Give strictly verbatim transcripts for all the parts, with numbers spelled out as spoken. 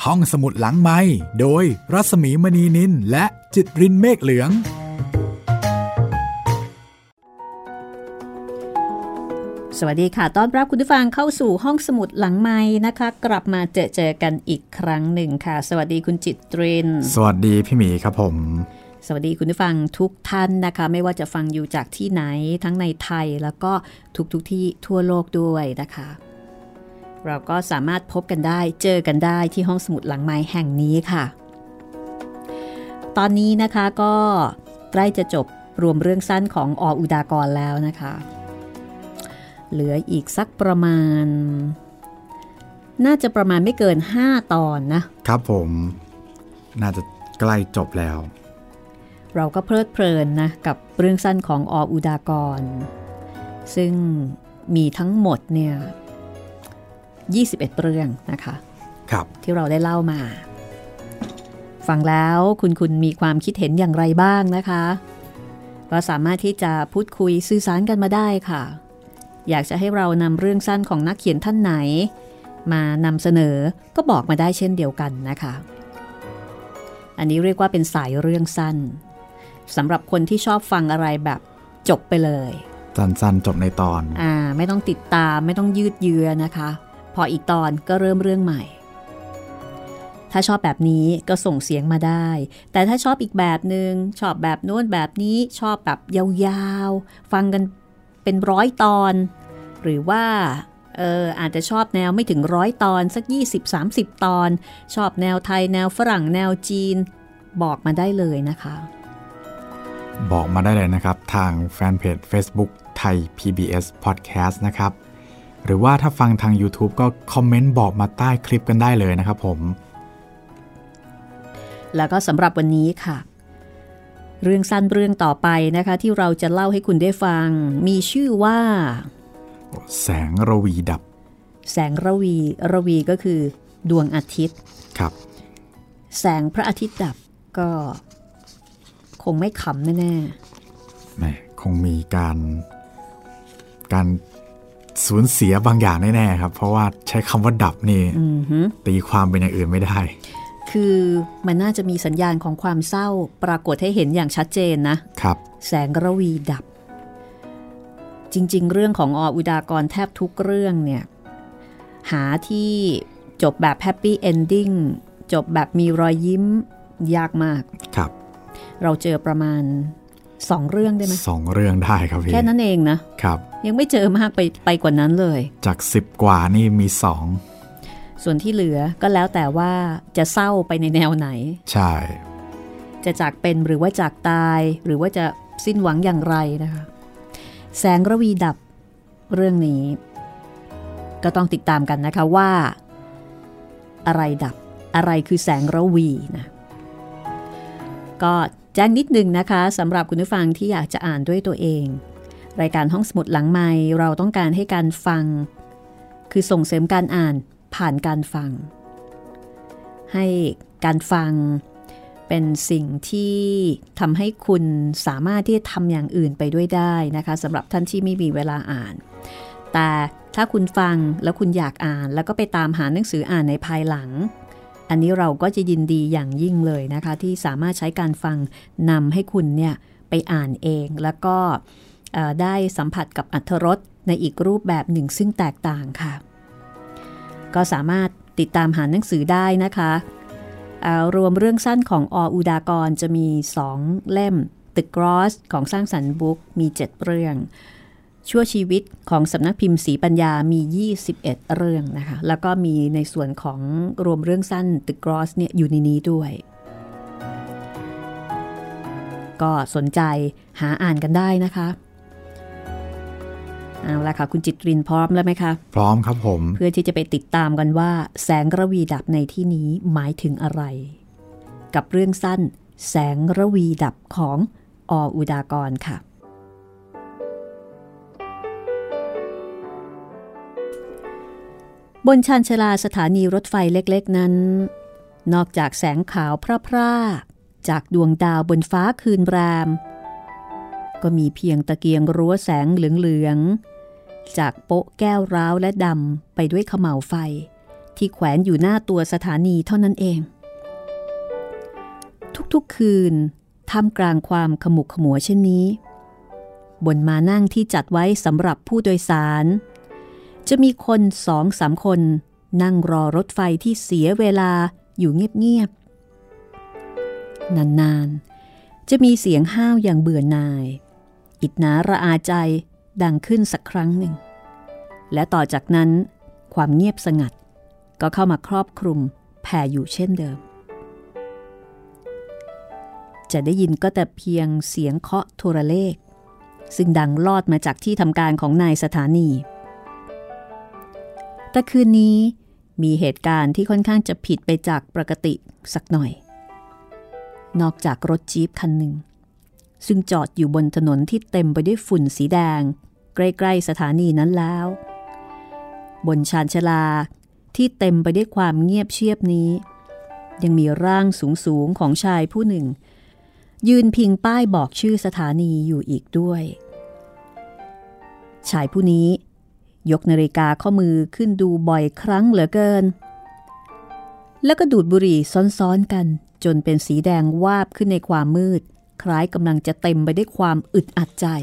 ห้องสมุดหลังไมค์โดยรัศมีมณีนินและจิตรินเมฆเหลืองสวัสดีค่ะต้อนรับคุณผู้ฟังเข้าสู่ห้องสมุดหลังไมค์นะคะกลับมาเจอเจอกันอีกครั้งหนึ่งค่ะสวัสดีคุณจิตรินสวัสดีพี่หมีครับผมสวัสดีคุณผู้ฟังทุกท่านนะคะไม่ว่าจะฟังอยู่จากที่ไหนทั้งในไทยแล้วก็ทุกทุกที่ทั่วโลกด้วยนะคะเราก็สามารถพบกันได้เจอกันได้ที่ห้องสมุดหลังไมค์แห่งนี้ค่ะตอนนี้นะคะก็ใกล้จะจบรวมเรื่องสั้นของอ.อุดากรแล้วนะคะเหลืออีกสักประมาณน่าจะประมาณไม่เกินห้าตอนนะครับผมน่าจะใกล้จบแล้วเราก็เพลิดเพลินนะกับเรื่องสั้นของอ.อุดากรซึ่งมีทั้งหมดเนี่ยยี่สิบเอ็ดเรื่องนะคะครับที่เราได้เล่ามาฟังแล้วคุณคุณมีความคิดเห็นอย่างไรบ้างนะคะก็สามารถที่จะพูดคุยสื่อสารกันมาได้ค่ะอยากจะให้เรานำเรื่องสั้นของนักเขียนท่านไหนมานำเสนอก็บอกมาได้เช่นเดียวกันนะคะอันนี้เรียกว่าเป็นสายเรื่องสั้นสำหรับคนที่ชอบฟังอะไรแบบจบไปเลยสั้นๆจบในตอนอ่าไม่ต้องติดตามไม่ต้องยืดเยื้อนะคะพออีกตอนก็เริ่มเรื่องใหม่ถ้าชอบแบบนี้ก็ส่งเสียงมาได้แต่ถ้าชอบอีกแบบนึงชอบแบบโน้นแบบนี้ชอบแบบยาวๆฟังกันเป็นร้อยตอนหรือว่าเอออาจจะชอบแนวไม่ถึงร้อยตอนสัก ยี่สิบถึงสามสิบ ตอนชอบแนวไทยแนวฝรั่งแนวจีนบอกมาได้เลยนะคะบอกมาได้เลยนะครับทางแฟนเพจ Facebook ไทย พี บี เอส Podcast นะครับหรือว่าถ้าฟังทาง YouTube ก็คอมเมนต์บอกมาใต้คลิปกันได้เลยนะครับผมแล้วก็สำหรับวันนี้ค่ะเรื่องสั้นเรื่องต่อไปนะคะที่เราจะเล่าให้คุณได้ฟังมีชื่อว่าแสงระวีดับแสงระวีระวีก็คือดวงอาทิตย์ครับแสงพระอาทิตย์ดับก็คงไม่ขำแน่ๆแหมคงมีการการสูญเสียบางอย่างแน่ๆครับเพราะว่าใช้คำว่าดับนี่ตีความเป็นอย่างอื่นไม่ได้คือมันน่าจะมีสัญญาณของความเศร้าปรากฏให้เห็นอย่างชัดเจนนะครับแสงระวีดับจริงๆเรื่องของอ.อุดากรแทบทุกเรื่องเนี่ยหาที่จบแบบแฮปปี้เอนดิ้งจบแบบมีรอยยิ้มยากมากครับเราเจอประมาณสองเรื่องได้ไหมสองเรื่องได้ครับพี่แค่นั้นเองนะครับยังไม่เจอมากไปไปกว่านั้นเลยจากสิบกว่านี่มีสองส่วนที่เหลือก็แล้วแต่ว่าจะเศร้าไปในแนวไหนใช่จะจากเป็นหรือว่าจากตายหรือว่าจะสิ้นหวังอย่างไรนะคะแสงระวีดับเรื่องนี้ก็ต้องติดตามกันนะคะว่าอะไรดับอะไรคือแสงระวีนะก็แจ้งนิดนึงนะคะสำหรับคุณผู้ฟังที่อยากจะอ่านด้วยตัวเองรายการห้องสมุดหลังไมค์เราต้องการให้การฟังคือส่งเสริมการอ่านผ่านการฟังให้การฟังเป็นสิ่งที่ทำให้คุณสามารถที่จะทำอย่างอื่นไปด้วยได้นะคะสำหรับท่านที่ไม่มีเวลาอ่านแต่ถ้าคุณฟังแล้วคุณอยากอ่านแล้วก็ไปตามหาหนังสืออ่านในภายหลังอันนี้เราก็จะยินดีอย่างยิ่งเลยนะคะที่สามารถใช้การฟังนำให้คุณเนี่ยไปอ่านเองแล้วก็ได้สัมผัสกับอรรถรสในอีกรูปแบบหนึ่งซึ่งแตกต่างค่ะก็สามารถติดตามหาหนังสือได้นะคะรวมเรื่องสั้นของอ.อุดากรจะมีสองเล่มตึกกรอสของสร้างสรรค์บุ๊กมีเจ็ดเรื่องชั่วชีวิตของสำนักพิมพ์ศรีปัญญามียี่สิบเอ็ดเรื่องนะคะแล้วก็มีในส่วนของรวมเรื่องสั้นตึกกรอสเนี่ยอยู่ในนี้ด้วยก็สนใจหาอ่านกันได้นะคะเอาล่ะค่ะคุณจิตรินพร้อมแล้วไหมคะพร้อมครับผมเพื่อที่จะไปติดตามกันว่าแสงระวีดับในที่นี้หมายถึงอะไรกับเรื่องสั้นแสงระวีดับของอ.อุดากรค่ะบนชานชาลาสถานีรถไฟเล็กๆนั้นนอกจากแสงขาวพร่าๆจากดวงดาวบนฟ้าคืนแรมก็มีเพียงตะเกียงรั้วแสงเหลืองๆจากโป๊ะแก้วร้าวและดำไปด้วยเขม่าวไฟที่แขวนอยู่หน้าตัวสถานีเท่านั้นเองทุกๆคืนท่ามกลางความขมุกขมัวเช่นนี้บนม้านั่งที่จัดไว้สำหรับผู้โดยสารจะมีคนสองสามคนนั่งรอรถไฟที่เสียเวลาอยู่เงียบๆนานๆจะมีเสียงห้าวอย่างเบื่อหน่ายอิจฉาระอาใจดังขึ้นสักครั้งหนึ่งและต่อจากนั้นความเงียบสงัดก็เข้ามาครอบคลุมแผ่อยู่เช่นเดิมจะได้ยินก็แต่เพียงเสียงเคาะโทรเลขซึ่งดังลอดมาจากที่ทำการของนายสถานีแต่คืนนี้มีเหตุการณ์ที่ค่อนข้างจะผิดไปจากปกติสักหน่อยนอกจากรถจี๊ปคันหนึ่งซึ่งจอดอยู่บนถนนที่เต็มไปด้วยฝุ่นสีแดงใกล้ๆสถานีนั้นแล้วบนชานชาลาที่เต็มไปด้วยความเงียบเชียบนี้ยังมีร่างสูงๆของชายผู้หนึ่งยืนพิงป้ายบอกชื่อสถานีอยู่อีกด้วยชายผู้นี้ยกนาฬิกาข้อมือขึ้นดูบ่อยครั้งเหลือเกินแล้วก็ดูดบุหรี่ซ้อนๆกันจนเป็นสีแดงวาบขึ้นในความมืดคล้ายกำลังจะเต็มไปด้วยความอึดอัดใจ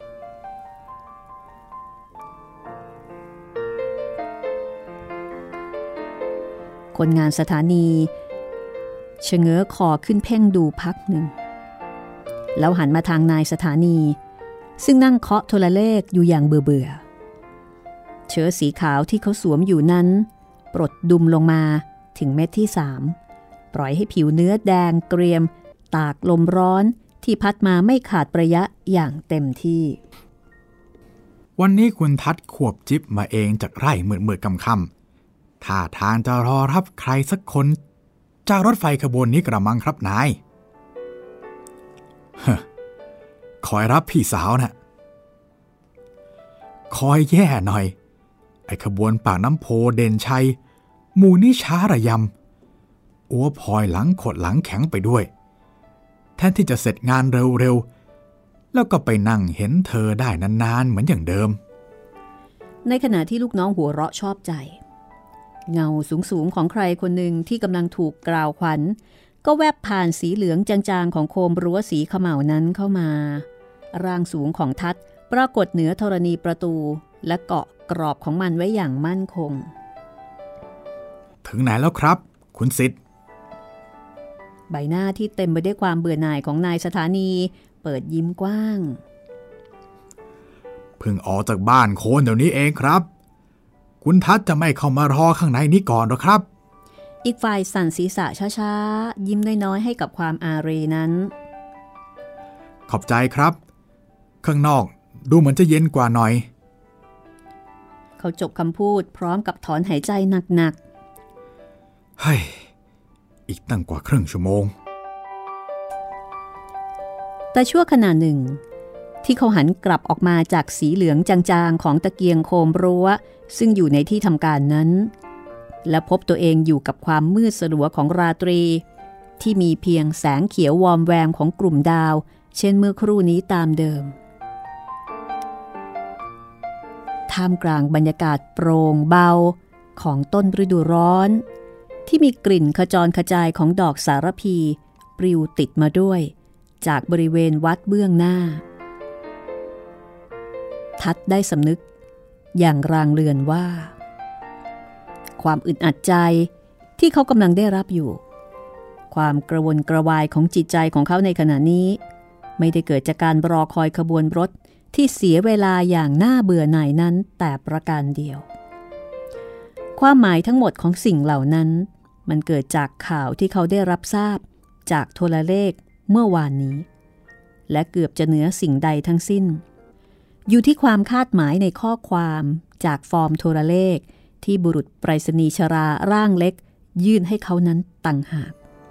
คนงานสถานีชะเง้อคอขึ้นเพ่งดูพักหนึ่งแล้วหันมาทางนายสถานีซึ่งนั่งเคาะโทรเลขอยู่อย่างเบื่อเบื่อเชิ้ตสีขาวที่เขาสวมอยู่นั้นปลดดุมลงมาถึงเม็ดที่สามปล่อยให้ผิวเนื้อแดงเกรียมตากลมร้อนที่พัดมาไม่ขาดประยะอย่างเต็มที่วันนี้คุณทัดขวบจิ๊บมาเองจากไร่มืดมืดค่ำค่ำท่าทางจะรอรับใครสักคนจากรถไฟขบวนนี้กระมังครับนายคอยรับพี่สาวนะคอยแย่หน่อยไอ้ขบวนปากน้ำโพเด่นชัยหมู่นี่ช้าระยำอ้วพลอยหลังขดหลังแข็งไปด้วยแทนที่จะเสร็จงานเร็วๆแล้วก็ไปนั่งเห็นเธอได้นานๆเหมือนอย่างเดิมในขณะที่ลูกน้องหัวเราะชอบใจเงาสูงๆของใครคนหนึ่งที่กำลังถูกกล่าวขวัญก็แวบผ่านสีเหลืองจางๆของโคมรั้วสีเขม่านั้นเข้ามาร่างสูงของทัดปรากฏเหนือธรณีประตูและเกาะกรอบของมันไว้อย่างมั่นคงถึงไหนแล้วครับคุณศิษย์ใบหน้าที่เต็มไปด้วยความเบื่อหน่ายของนายสถานีเปิดยิ้มกว้างเพิ่งออกจากบ้านโคนเดี๋ยวนี้เองครับคุณทัดจะไม่เข้ามารอข้างในนี้ก่อนหรอครับอีกฝ่ายสั่นศีรษะช้าๆยิ้มน้อยๆให้กับความอารีนั้นขอบใจครับข้างนอกดูเหมือนจะเย็นกว่าหน่อยเขาจบคำพูดพร้อมกับถอนหายใจหนักๆเฮ้ยอีกตั้งกว่าครึ่งชั่วโมงแต่ชั่วขณะหนึ่งที่เขาหันกลับออกมาจากสีเหลืองจางๆของตะเกียงโคมรั้วซึ่งอยู่ในที่ทำการนั้นและพบตัวเองอยู่กับความมืดสลัวของราตรีที่มีเพียงแสงเขียววอมแวมของกลุ่มดาวเช่นเมื่อครู่นี้ตามเดิมท่ามกลางบรรยากาศโปร่งเบาของต้นฤดูร้อนที่มีกลิ่นขจรขจายของดอกสารพีปลิวติดมาด้วยจากบริเวณวัดเบื้องหน้าทัดได้สำนึกอย่างรางเรือนว่าความอึดอัดใจที่เขากำลังได้รับอยู่ความกระวนกระวายของจิตใจของเขาในขณะนี้ไม่ได้เกิดจากการรอคอยขบวนรถที่เสียเวลาอย่างน่าเบื่อหน่ายนั้นแต่ประการเดียวความหมายทั้งหมดของสิ่งเหล่านั้นมันเกิดจากข่าวที่เขาได้รับทราบจากโทรเลขเมื่อวานนี้และเกือบจะเหนือสิ่งใดทั้งสิ้นอยู่ที่ความคาดหมายในข้อความจากฟอร์มโทรเลขที่บุรุษไปรษณีย์ชราร่างเล็กยื่นให้เขานั้นต่างหาก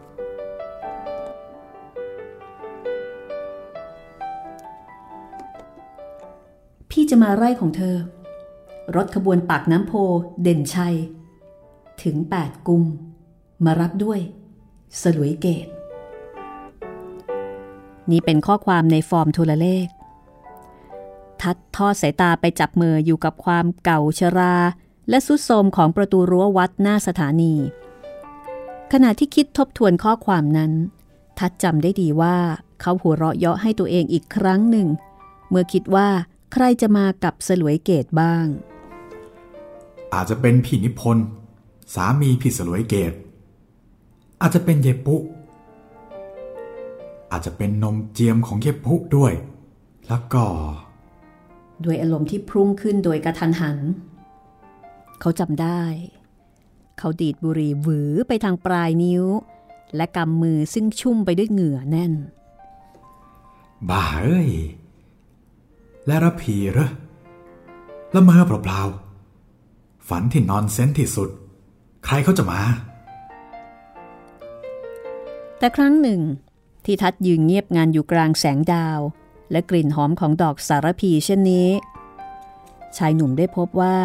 พี่จะมาไร่ของเธอรถขบวนปากน้ำโพเด่นชัยถึงแปดกุมมารับด้วยสลุยเกตนี่เป็นข้อความในฟอร์มโทรเลขทัดทอดสายตาไปจับมืออยู่กับความเก่าชราและทรุดโทรมของประตูรั้ววัดหน้าสถานีขณะที่คิดทบทวนข้อความนั้นทัดจำได้ดีว่าเขาหัวเราะเยาะให้ตัวเองอีกครั้งหนึ่งเมื่อคิดว่าใครจะมากับสลวยเกตบ้างอาจจะเป็นพี่นิพนธ์สามีพี่สลวยเกตอาจจะเป็นเยปุอาจจะเป็นนมเจียมของเยปุด้วยแล้วก็ด้วยอารมณ์ที่พุ่งขึ้นโดยกระทันหันเขาจำได้เขาดีดบุหรี่หวือไปทางปลายนิ้วและกำมือซึ่งชุ่มไปด้วยเหงื่อแน่นบ้าเอ้ยและระพีเหรอละเมอเปล่าๆฝันที่นอนเซนที่สุดใครเขาจะมาแต่ครั้งหนึ่งที่ทัดยืนเงียบงันอยู่กลางแสงดาวและกลิ่นหอมของดอกสารพีเช่นนี้ชายหนุ่มได้พบว่า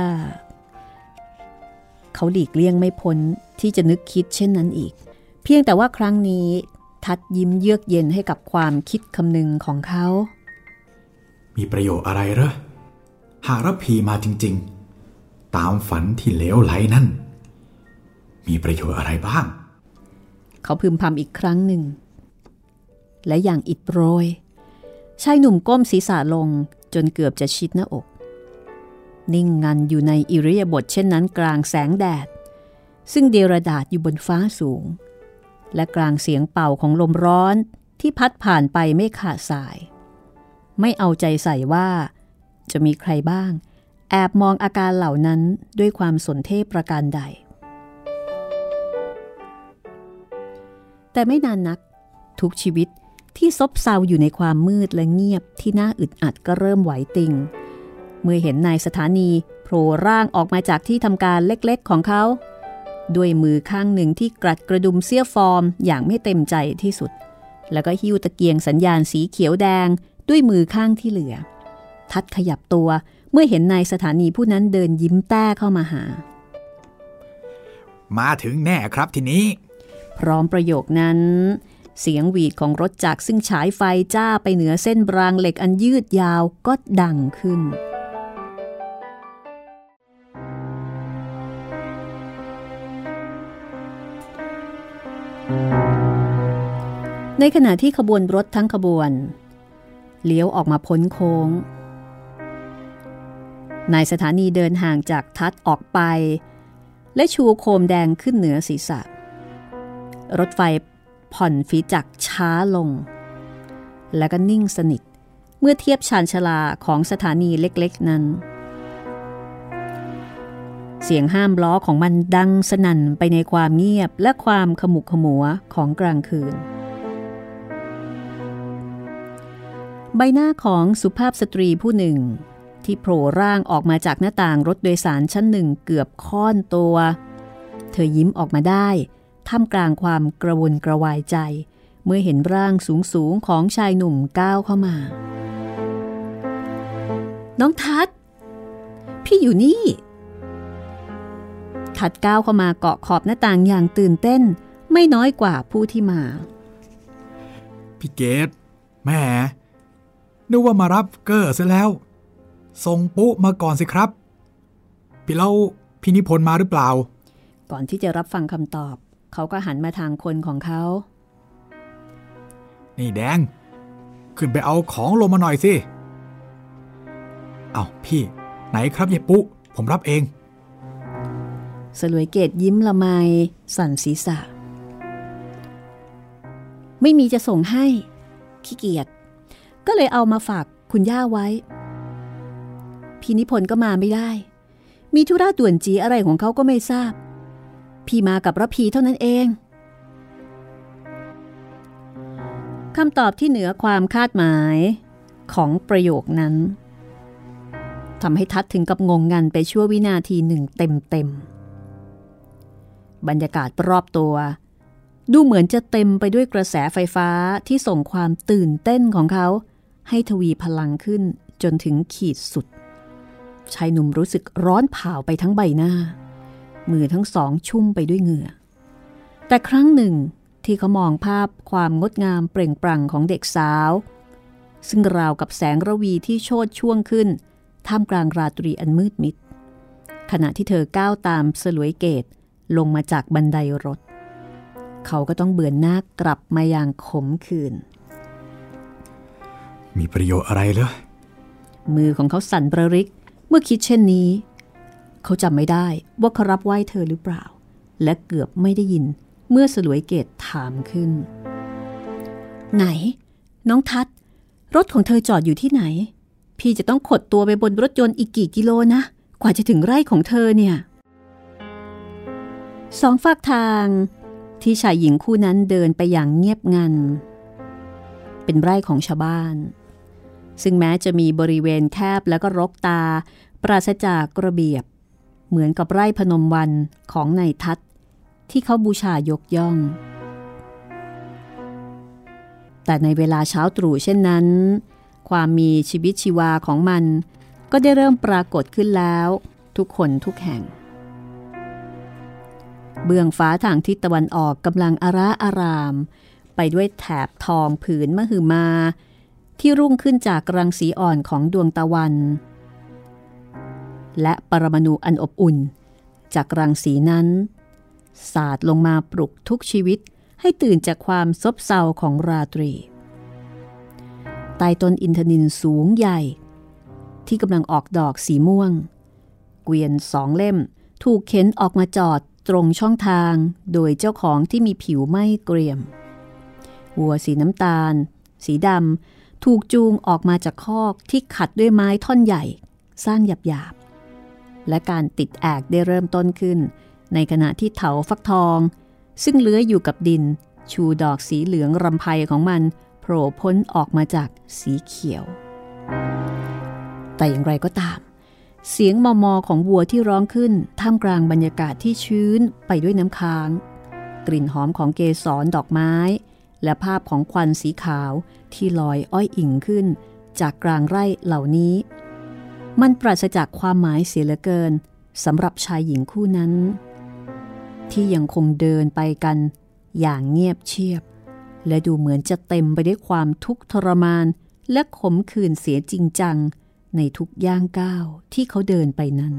เขาหลีกเลี่ยงไม่พ้นที่จะนึกคิดเช่นนั้นอีกเพียงแต่ว่าครั้งนี้ทัดยิ้มเยือกเย็นให้กับความคิดคำนึงของเขามีประโยชน์อะไรเหรอหากระพีมาจริงๆตามฝันที่เลวไหลนั่นมีประโยชน์อะไรบ้างเขาพึมพำอีกครั้งหนึ่งและอย่างอิดโรยชายหนุ่มก้มศีรษะลงจนเกือบจะชิดหน้าอกนิ่งงันอยู่ในอิริยาบถเช่นนั้นกลางแสงแดดซึ่งเดรดาษอยู่บนฟ้าสูงและกลางเสียงเป่าของลมร้อนที่พัดผ่านไปไม่ขาดสายไม่เอาใจใส่ว่าจะมีใครบ้างแอบมองอาการเหล่านั้นด้วยความสนเทพประการใดแต่ไม่นานนักทุกชีวิตที่ซบเซาอยู่ในความมืดและเงียบที่น่าอึดอัดก็เริ่มไหวติงเมื่อเห็นนายสถานีโผล่ร่างออกมาจากที่ทำการเล็กๆของเขาด้วยมือข้างหนึ่งที่กรัดกระดุมเสื้อฟอร์มอย่างไม่เต็มใจที่สุดแล้วก็หิ้วตะเกียงสัญญาณสีเขียวแดงด้วยมือข้างที่เหลือทัดขยับตัวเมื่อเห็นนายสถานีผู้นั้นเดินยิ้มแต้เข้ามาหามาถึงแน่ครับทีนี้พร้อมประโยคนั้นเสียงหวีดของรถจักรซึ่งฉายไฟจ้าไปเหนือเส้นรางเหล็กอันยืดยาวก็ดังขึ้นในขณะที่ขบวนรถทั้งขบวนเลี้ยวออกมาพ้นโค้งนายสถานีเดินห่างจากทัดออกไปและชูโคมแดงขึ้นเหนือศีรษะรถไฟผ่อนฝีจักรช้าลงและก็นิ่งสนิทเมื่อเทียบชานชาลาของสถานีเล็กๆนั้นเสียงห้ามล้อของมันดังสนั่นไปในความเงียบและความขมุกขมัวของกลางคืนใบหน้าของสุภาพสตรีผู้หนึ่งที่โผล่ร่างออกมาจากหน้าต่างรถโดยสารชั้นหนึ่งเกือบค่อนตัวเธอยิ้มออกมาได้ท่ามกลางความกระวนกระวายใจเมื่อเห็นร่างสูงๆของชายหนุ่มก้าวเข้ามาน้องทัดพี่อยู่นี่ทัดก้าวเข้ามาเกาะขอบหน้าต่างอย่างตื่นเต้นไม่น้อยกว่าผู้ที่มาพี่เกดแม่นึกว่ามารับเกอร์ซะแล้วส่งปุ๊มาก่อนสิครับพี่เล่าพี่นิพนธ์มาหรือเปล่าก่อนที่จะรับฟังคำตอบเขาก็หันมาทางคนของเขานี่แดงขึ้นไปเอาของลงมาหน่อยสิเอาพี่ไหนครับยายปุ๊ผมรับเองสลวยเกตยิ้มละไมสั่นศีรษะไม่มีจะส่งให้ขี้เกียจก็เลยเอามาฝากคุณย่าไว้พี่นิพนธ์ก็มาไม่ได้มีธุระด่วนจีอะไรของเขาก็ไม่ทราบพี่มากับระพีเท่านั้นเองคำตอบที่เหนือความคาดหมายของประโยคนั้นทำให้ทัดถึงกับงงงันไปชั่ววินาทีหนึ่งเต็มๆบรรยากาศรอบตัวดูเหมือนจะเต็มไปด้วยกระแสไฟฟ้าที่ส่งความตื่นเต้นของเขาให้ทวีพลังขึ้นจนถึงขีดสุดชายหนุ่มรู้สึกร้อนเผาไปทั้งใบหน้ามือทั้งสองชุ่มไปด้วยเหงื่อแต่ครั้งหนึ่งที่เขามองภาพความงดงามเปล่งปลั่งของเด็กสาวซึ่งราวกับแสงระวีที่โชติช่วงขึ้นท่ามกลางราตรีอันมืดมิดขณะที่เธอก้าวตามสลวยเกตลงมาจากบันไดรถเขาก็ต้องเบือนหน้ากลับมาอย่างขมขื่นมีประโยชน์อะไรเหรอมือของเขาสั่นระริกเมื่อคิดเช่นนี้เขาจำไม่ได้ว่าเขารับไหว้เธอหรือเปล่าและเกือบไม่ได้ยินเมื่อสลวยเกตถามขึ้นไหนน้องทัศน์รถของเธอจอดอยู่ที่ไหนพี่จะต้องขดตัวไปบนรถยนต์อีกกี่กิโลนะกว่าจะถึงไร่ของเธอเนี่ยสองฝากทางที่ชายหญิงคู่นั้นเดินไปอย่างเงียบงันเป็นไร่ของชาวบ้านซึ่งแม้จะมีบริเวณแคบแล้วก็รกตาปราศจากระเบียบเหมือนกับไร่พนมวันของนายทัศน์ที่เขาบูชายกย่องแต่ในเวลาเช้าตรู่เช่นนั้นความมีชีวิตชีวาของมันก็ได้เริ่มปรากฏขึ้นแล้วทุกคนทุกแห่งเบื้องฟ้าทางทิศตะวันออกกำลังอาราอารามไปด้วยแถบทองผืนมหึมาที่รุ่งขึ้นจากรังสีอ่อนของดวงตะวันและปรมาณูอันอบอุ่นจากรังสีนั้นสาดลงมาปลุกทุกชีวิตให้ตื่นจากความซบเซาของราตรีใต้ต้นอินทนิลสูงใหญ่ที่กำลังออกดอกสีม่วงเกวียนสองเล่มถูกเข็นออกมาจอดตรงช่องทางโดยเจ้าของที่มีผิวไม่เกรียมวัวสีน้ำตาลสีดำถูกจูงออกมาจากคอกที่ขัดด้วยไม้ท่อนใหญ่สร้างหยาบๆและการติดแอกได้เริ่มต้นขึ้นในขณะที่เถาฟักทองซึ่งเลื้อยอยู่กับดินชูดอกสีเหลืองรำไพของมันโผล่พ้นออกมาจากสีเขียวแต่อย่างไรก็ตามเสียงมอมอของวัวที่ร้องขึ้นท่ามกลางบรรยากาศที่ชื้นไปด้วยน้ำค้างกลิ่นหอมของเกสรดอกไม้และภาพของควันสีขาวที่ลอยอ้อยอิ่งขึ้นจากกลางไร่เหล่านี้มันปราศจากความหมายเสียเหลือเกินสำหรับชายหญิงคู่นั้นที่ยังคงเดินไปกันอย่างเงียบเชียบและดูเหมือนจะเต็มไปด้วยความทุกข์ทรมานและขมขื่นเสียจริงจังในทุกย่างก้าวที่เขาเดินไปนั้น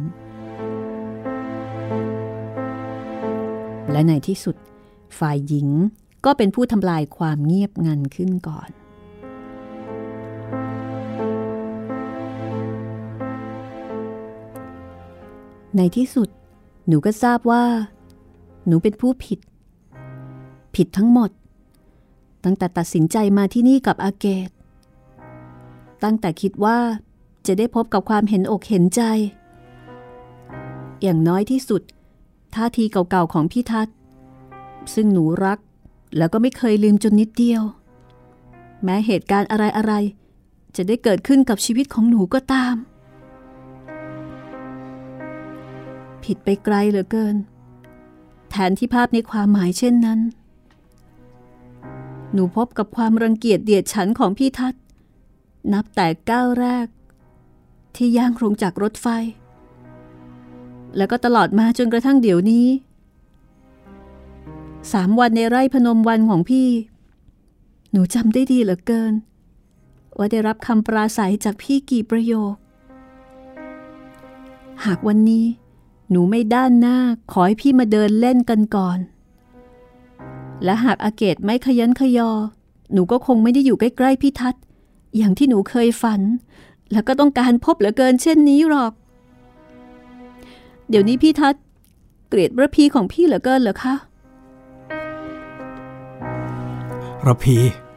และในที่สุดฝ่ายหญิงก็เป็นผู้ทำลายความเงียบงันขึ้นก่อนในที่สุดหนูก็ทราบว่าหนูเป็นผู้ผิดผิดทั้งหมดตั้งแต่ตัดสินใจมาที่นี่กับอาเกตตั้งแต่คิดว่าจะได้พบกับความเห็นอกเห็นใจอย่างน้อยที่สุดท่าทีเก่าๆของพี่ทัศน์ซึ่งหนูรักแล้วก็ไม่เคยลืมจนนิดเดียวแม้เหตุการณ์อะไรๆจะได้เกิดขึ้นกับชีวิตของหนูก็ตามผิดไปไกลเหลือเกินแทนที่ภาพในความหมายเช่นนั้นหนูพบกับความรังเกียจเดียดฉันของพี่ทัศน์นับแต่ก้าวแรกที่ย่างลงจากรถไฟแล้วก็ตลอดมาจนกระทั่งเดี๋ยวนี้สามวันในไร่พนมวันของพี่หนูจำได้ดีเหลือเกินว่าได้รับคำปราศัยจากพี่กี่ประโยคหากวันนี้หนูไม่ด้านหน้าขอให้พี่มาเดินเล่นกันก่อนและหากอาเกตไม่ขยันขยอหนูก็คงไม่ได้อยู่ใกล้ๆพี่ทัศน์อย่างที่หนูเคยฝันแล้วก็ต้องการพบเหลือเกินเช่นนี้หรอกเดี๋ยวนี้พี่ทัศน์เกลียดระพีของพี่เหลือเกินเหรอคะระพี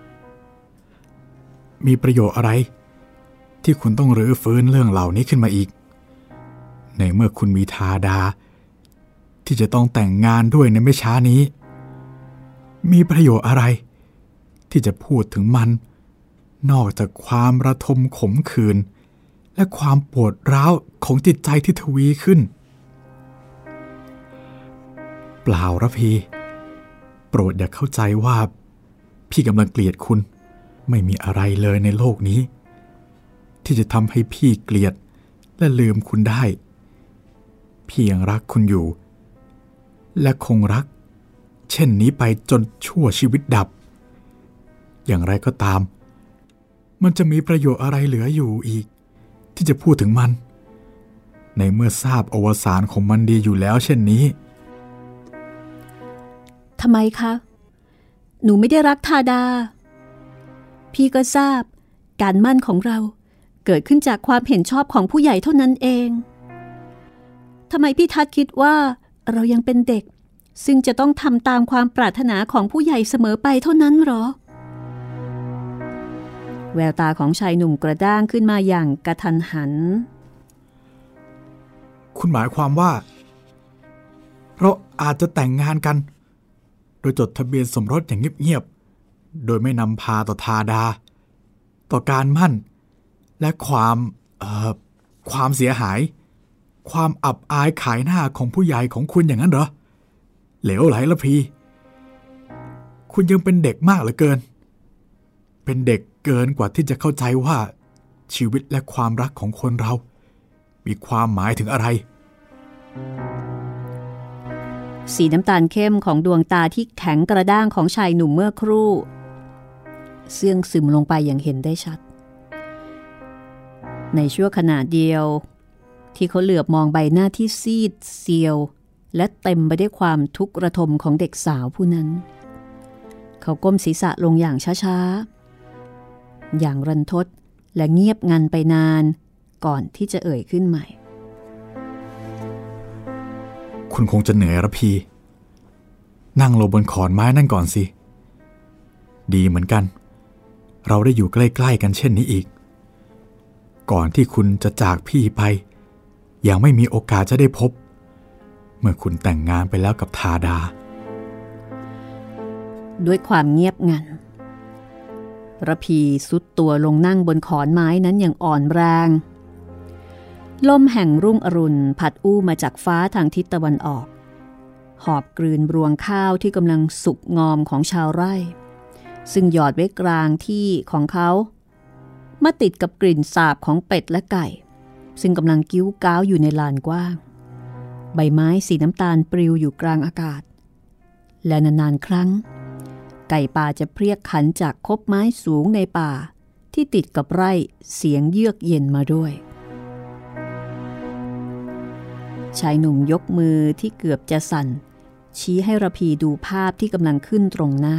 มีประโยชน์อะไรที่คุณต้องรื้อฟื้นเรื่องเหล่านี้ขึ้นมาอีกในเมื่อคุณมีธาดาที่จะต้องแต่งงานด้วยในไม่ช้านี้มีประโยชน์อะไรที่จะพูดถึงมันนอกจากความระทมขมขื่นและความปวดร้าวของจิตใจที่ทวีขึ้นเปล่าระพีโปรดอย่าเข้าใจว่าพี่กำลังเกลียดคุณไม่มีอะไรเลยในโลกนี้ที่จะทำให้พี่เกลียดและลืมคุณได้พี่ยังรักคุณอยู่และคงรักเช่นนี้ไปจนชั่วชีวิตดับอย่างไรก็ตามมันจะมีประโยชน์อะไรเหลืออยู่อีกที่จะพูดถึงมันในเมื่อทราบอวสานของมันดีอยู่แล้วเช่นนี้ทำไมคะหนูไม่ได้รักธาดาพี่ก็ทราบการมั่นของเราเกิดขึ้นจากความเห็นชอบของผู้ใหญ่เท่านั้นเองทำไมพี่ทัดคิดว่าเรายังเป็นเด็กซึ่งจะต้องทำตามความปรารถนาของผู้ใหญ่เสมอไปเท่านั้นหรอแววตาของชายหนุ่มกระด้างขึ้นมาอย่างกระทันหันคุณหมายความว่าเราอาจจะแต่งงานกันโดยจดทะเบียนสมรสอย่างเงียบๆโดยไม่นำพาต่อธาดาต่อการมั่นและความเอ่อความเสียหายความอับอายขายหน้าของผู้ใหญ่ของคุณอย่างนั้นเหรอเหลวไหลละพีคุณยังเป็นเด็กมากเหลือเกินเป็นเด็กเกินกว่าที่จะเข้าใจว่าชีวิตและความรักของคนเรามีความหมายถึงอะไรสีน้ำตาลเข้มของดวงตาที่แข็งกระด้างของชายหนุ่มเมื่อครู่เสื่องซึมลงไปอย่างเห็นได้ชัดในชั่วขณะเดียวที่เขาเหลือบมองใบหน้าที่ซีดเซียวและเต็มไปด้วยความทุกข์ระทมของเด็กสาวผู้นั้นเขาก้มศีรษะลงอย่างช้าๆอย่างรันทดและเงียบงันไปนานก่อนที่จะเอ่ยขึ้นใหม่คุณคงจะเหนื่อยระพีนั่งลงบนขอนไม้นั่นก่อนสิดีเหมือนกันเราได้อยู่ใกล้ๆกันเช่นนี้อีกก่อนที่คุณจะจากพี่ไปยังไม่มีโอกาสจะได้พบเมื่อคุณแต่งงานไปแล้วกับธาดาด้วยความเงียบงันระพีสุดตัวลงนั่งบนขอนไม้นั้นอย่างอ่อนแรงลมแห่งรุ่งอรุณพัดอู้มาจากฟ้าทางทิศตะวันออกหอบกลืนรวงข้าวที่กำลังสุกงอมของชาวไร่ซึ่งหยอดไว้กลางที่ของเขามาติดกับกลิ่นสาบของเป็ดและไก่ซึ่งกำลังกิ้วก้าวอยู่ในลานกว้างใบไม้สีน้ำตาลปลิวอยู่กลางอากาศและนานๆครั้งไก่ป่าจะเพรียกขันจากคบไม้สูงในป่าที่ติดกับไร่เสียงเยือกเย็นมาด้วยชายหนุ่มยกมือที่เกือบจะสั่นชี้ให้ระพีดูภาพที่กำลังขึ้นตรงหน้า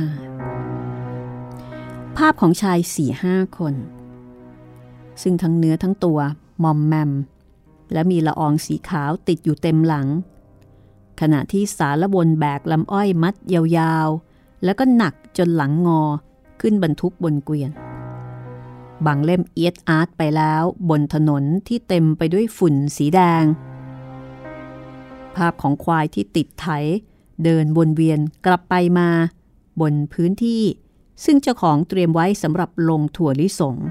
ภาพของชายสี่ห้าคนซึ่งทั้งเนื้อทั้งตัวมอมแมมและมีละอองสีขาวติดอยู่เต็มหลังขณะที่สารบนแบกลำอ้อยมัดยาวๆแล้วก็หนักจนหลังงอขึ้นบรรทุกบนเกวียนบางเล่มเอียดอาร์ตไปแล้วบนถนนที่เต็มไปด้วยฝุ่นสีแดงภาพของควายที่ติดไถเดินวนเวียนกลับไปมาบนพื้นที่ซึ่งเจ้าของเตรียมไว้สำหรับลงถั่วลิสง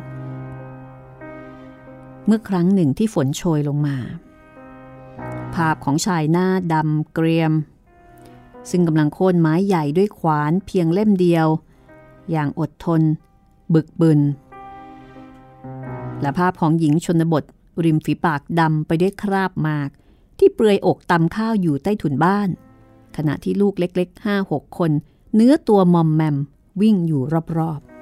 เมื่อครั้งหนึ่งที่ฝนโชยลงมาภาพของชายหน้าดำเกรียมซึ่งกำลังโค่นไม้ใหญ่ด้วยขวานเพียงเล่มเดียวอย่างอดทนบึกบึนและภาพของหญิงชนบทริมฝีปากดำไปด้วยคราบหมากที่เปลือยอกตำข้าวอยู่ใต้ถุนบ้านขณะที่ลูกเล็กๆ ห้าหก คนเนื้อตัวมอมแมมวิ่งอยู่รอบๆ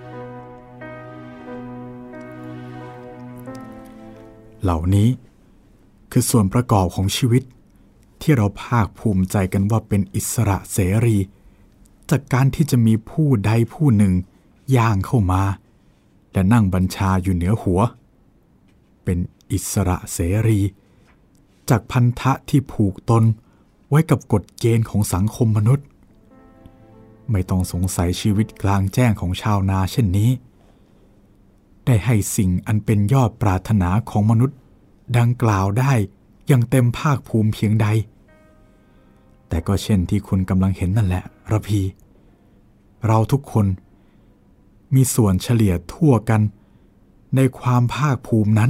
เหล่านี้คือส่วนประกอบของชีวิตที่เราภาคภูมิใจกันว่าเป็นอิสระเสรีจากการที่จะมีผู้ใดผู้หนึ่งย่างเข้ามาและนั่งบัญชาอยู่เหนือหัวเป็นอิสระเสรีจากพันธะที่ผูกตนไว้กับกฎเกณฑ์ของสังคมมนุษย์ไม่ต้องสงสัยชีวิตกลางแจ้งของชาวนาเช่นนี้ได้ให้สิ่งอันเป็นยอดปรารถนาของมนุษย์ดังกล่าวได้อย่างเต็มภาคภูมิเพียงใดแต่ก็เช่นที่คุณกำลังเห็นนั่นแหละระพีเราทุกคนมีส่วนเฉลี่ยทั่วกันในความภาคภูมินั้น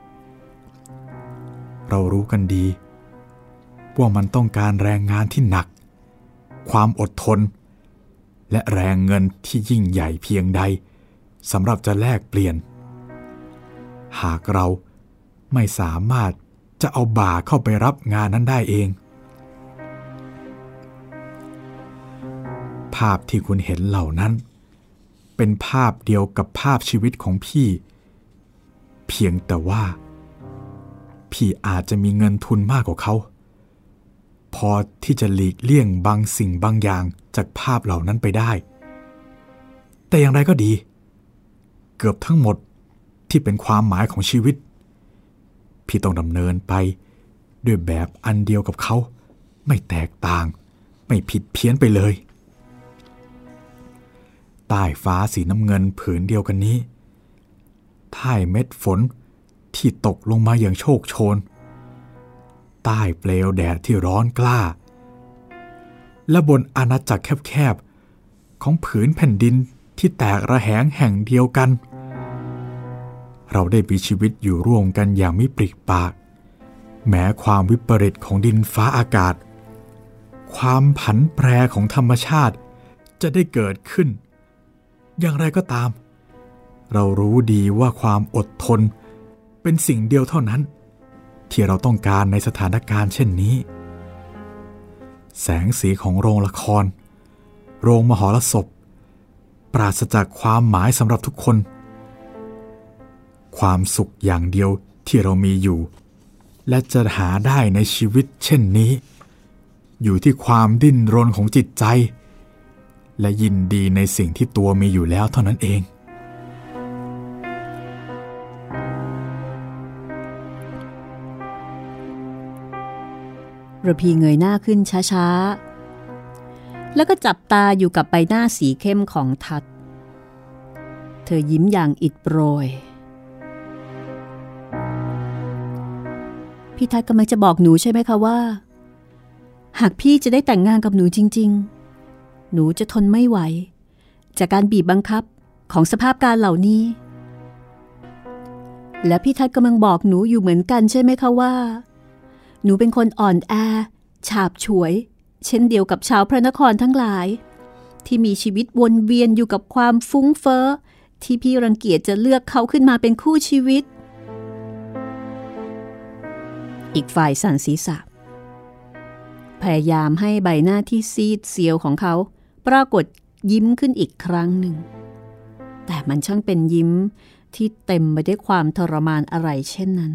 เรารู้กันดีว่ามันต้องการแรงงานที่หนักความอดทนและแรงเงินที่ยิ่งใหญ่เพียงใดสำหรับจะแลกเปลี่ยนหากเราไม่สามารถจะเอาบ่าเข้าไปรับงานนั้นได้เองภาพที่คุณเห็นเหล่านั้นเป็นภาพเดียวกับภาพชีวิตของพี่เพียงแต่ว่าพี่อาจจะมีเงินทุนมากกว่าเขาพอที่จะหลีกเลี่ยงบางสิ่งบางอย่างจากภาพเหล่านั้นไปได้แต่อย่างไรก็ดีเกือบทั้งหมดที่เป็นความหมายของชีวิตพี่ต้องดำเนินไปด้วยแบบอันเดียวกับเขาไม่แตกต่างไม่ผิดเพี้ยนไปเลยใต้ฟ้าสีน้ำเงินผืนเดียวกันนี้ใต้เม็ดฝนที่ตกลงมาอย่างโชคโชนใต้เปลวแดดที่ร้อนกล้าและบนอาณาจักรแคบๆของผืนแผ่นดินที่แตกระแหงแห่งเดียวกันเราได้มีชีวิตอยู่ร่วมกันอย่างไม่ปริปากแม้ความวิปริตของดินฟ้าอากาศความผันแปรของธรรมชาติจะได้เกิดขึ้นอย่างไรก็ตามเรารู้ดีว่าความอดทนเป็นสิ่งเดียวเท่านั้นที่เราต้องการในสถานการณ์เช่นนี้แสงสีของโรงละครโรงมหรสพปราศจากความหมายสำหรับทุกคนความสุขอย่างเดียวที่เรามีอยู่และจะหาได้ในชีวิตเช่นนี้อยู่ที่ความดิ้นรนของจิตใจและยินดีในสิ่งที่ตัวมีอยู่แล้วเท่านั้นเองระพีเงยหน้าขึ้นช้าๆแล้วก็จับตาอยู่กับใบหน้าสีเข้มของทัดเธอยิ้มอย่างอิดโรยพี่ทัดกำลังจะบอกหนูใช่ไหมคะว่าหากพี่จะได้แต่งงานกับหนูจริงๆหนูจะทนไม่ไหวจากการบีบบังคับของสภาพการเหล่านี้และพี่ทัดกำลังบอกหนูอยู่เหมือนกันใช่ไหมคะว่าหนูเป็นคนอ่อนแอฉาบฉวยเช่นเดียวกับชาวพระนครทั้งหลายที่มีชีวิตวนเวียนอยู่กับความฟุ้งเฟ้อที่พี่รังเกียจจะเลือกเขาขึ้นมาเป็นคู่ชีวิตอีกฝ่ายสั่นศีรษะพยายามให้ใบหน้าที่ซีดเซียวของเขาปรากฏยิ้มขึ้นอีกครั้งหนึ่งแต่มันช่างเป็นยิ้มที่เต็มไปด้วยความทรมานอะไรเช่นนั้น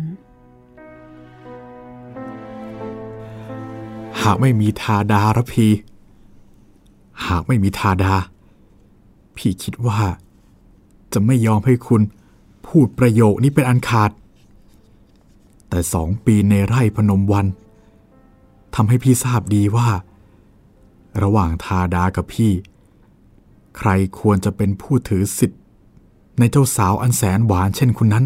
หากไม่มีธาดาระพีหากไม่มีธาดาพี่คิดว่าจะไม่ยอมให้คุณพูดประโยคนี้เป็นอันขาดแต่สองปีในไร่พนมวันทำให้พี่ทราบดีว่าระหว่างธาดากับพี่ใครควรจะเป็นผู้ถือสิทธิ์ในเจ้าสาวอันแสนหวานเช่นคุณนั้น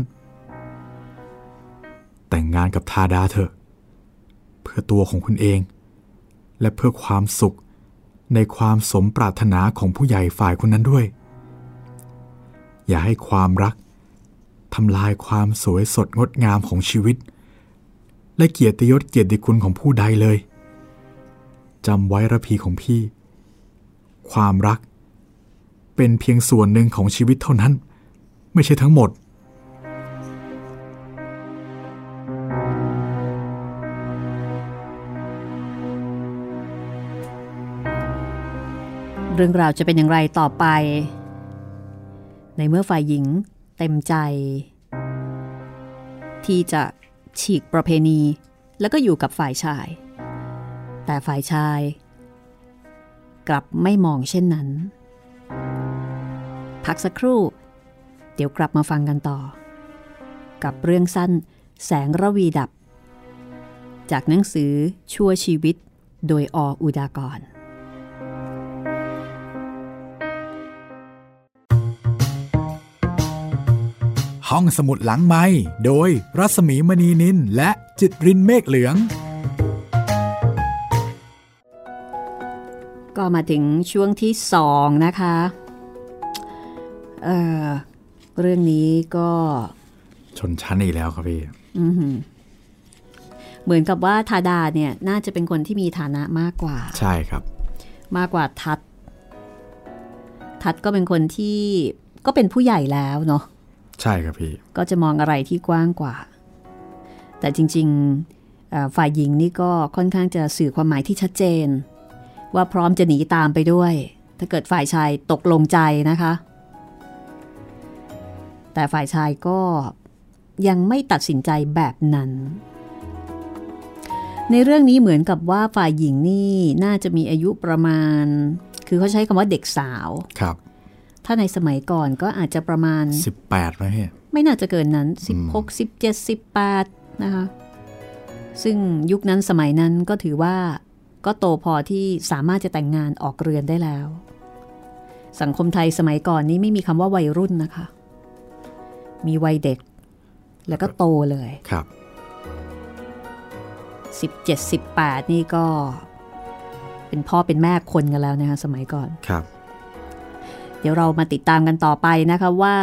แต่งงานกับธาดาเถอะเพื่อตัวของคุณเองและเพื่อความสุขในความสมปรารถนาของผู้ใหญ่ฝ่ายคุณนั้นด้วยอย่าให้ความรักทำลายความสวยสดงดงามของชีวิตและเกียรติยศเกียรติคุณของผู้ใดเลยจำไว้ระพีของพี่ความรักเป็นเพียงส่วนหนึ่งของชีวิตเท่านั้นไม่ใช่ทั้งหมดเรื่องราวจะเป็นอย่างไรต่อไปในเมื่อฝ่ายหญิงเต็มใจที่จะฉีกประเพณีแล้วก็อยู่กับฝ่ายชายแต่ฝ่ายชายกลับไม่มองเช่นนั้นพักสักครู่เดี๋ยวกลับมาฟังกันต่อกับเรื่องสั้นแสงระวีดับจากหนังสือชั่วชีวิตโดยอ.อุดากรห้องสมุดหลังไมค์โดยรัศมีมณีนินและจิตรินเมฆเหลืองก็มาถึงช่วงที่สองนะคะเอ่อเรื่องนี้ก็ชนชั้นอีกแล้วครับพี่อือหือเหมือนกับว่าธาดาเนี่ยน่าจะเป็นคนที่มีฐานะมากกว่าใช่ครับมากกว่าทัดทัดก็เป็นคนที่ก็เป็นผู้ใหญ่แล้วเนาะใช่ครับพี่ก็จะมองอะไรที่กว้างกว่าแต่จริงๆฝ่ายหญิงนี่ก็ค่อนข้างจะสื่อความหมายที่ชัดเจนว่าพร้อมจะหนีตามไปด้วยถ้าเกิดฝ่ายชายตกลงใจนะคะแต่ฝ่ายชายก็ยังไม่ตัดสินใจแบบนั้นในเรื่องนี้เหมือนกับว่าฝ่ายหญิงนี่น่าจะมีอายุประมาณคือเขาใช้คำว่าเด็กสาวครับถ้าในสมัยก่อนก็อาจจะประมาณสิบแปดไหมไม่น่าจะเกินนั้นสิบหก สิบเจ็ด สิบแปดนะคะซึ่งยุคนั้นสมัยนั้นก็ถือว่าก็โตพอที่สามารถจะแต่งงานออกเรือนได้แล้วสังคมไทยสมัยก่อนนี้ไม่มีคำว่าวัยรุ่นนะคะมีวัยเด็กแล้วก็โตเลยครับสิบเจ็ด สิบแปดนี่ก็เป็นพ่อเป็นแม่คนกันแล้วนะคะสมัยก่อนครับเดี๋ยวเรามาติดตามกันต่อไปนะคะว่า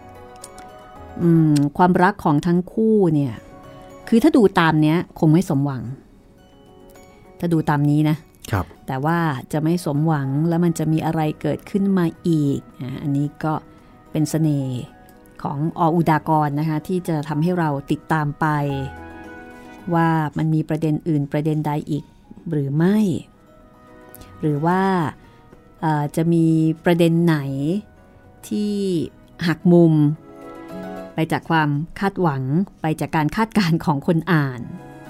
ความรักของทั้งคู่เนี่ยคือถ้าดูตามเนี้ยคงไม่สมหวังถ้าดูตามนี้นะครับแต่ว่าจะไม่สมหวังแล้วมันจะมีอะไรเกิดขึ้นมาอีกอันนี้ก็เป็นเสน่ห์ของอ.อุดากรนะคะที่จะทำให้เราติดตามไปว่ามันมีประเด็นอื่นประเด็นใดอีกหรือไม่หรือว่าจะมีประเด็นไหนที่หักมุมไปจากความคาดหวังไปจากการคาดการณ์ของคนอ่าน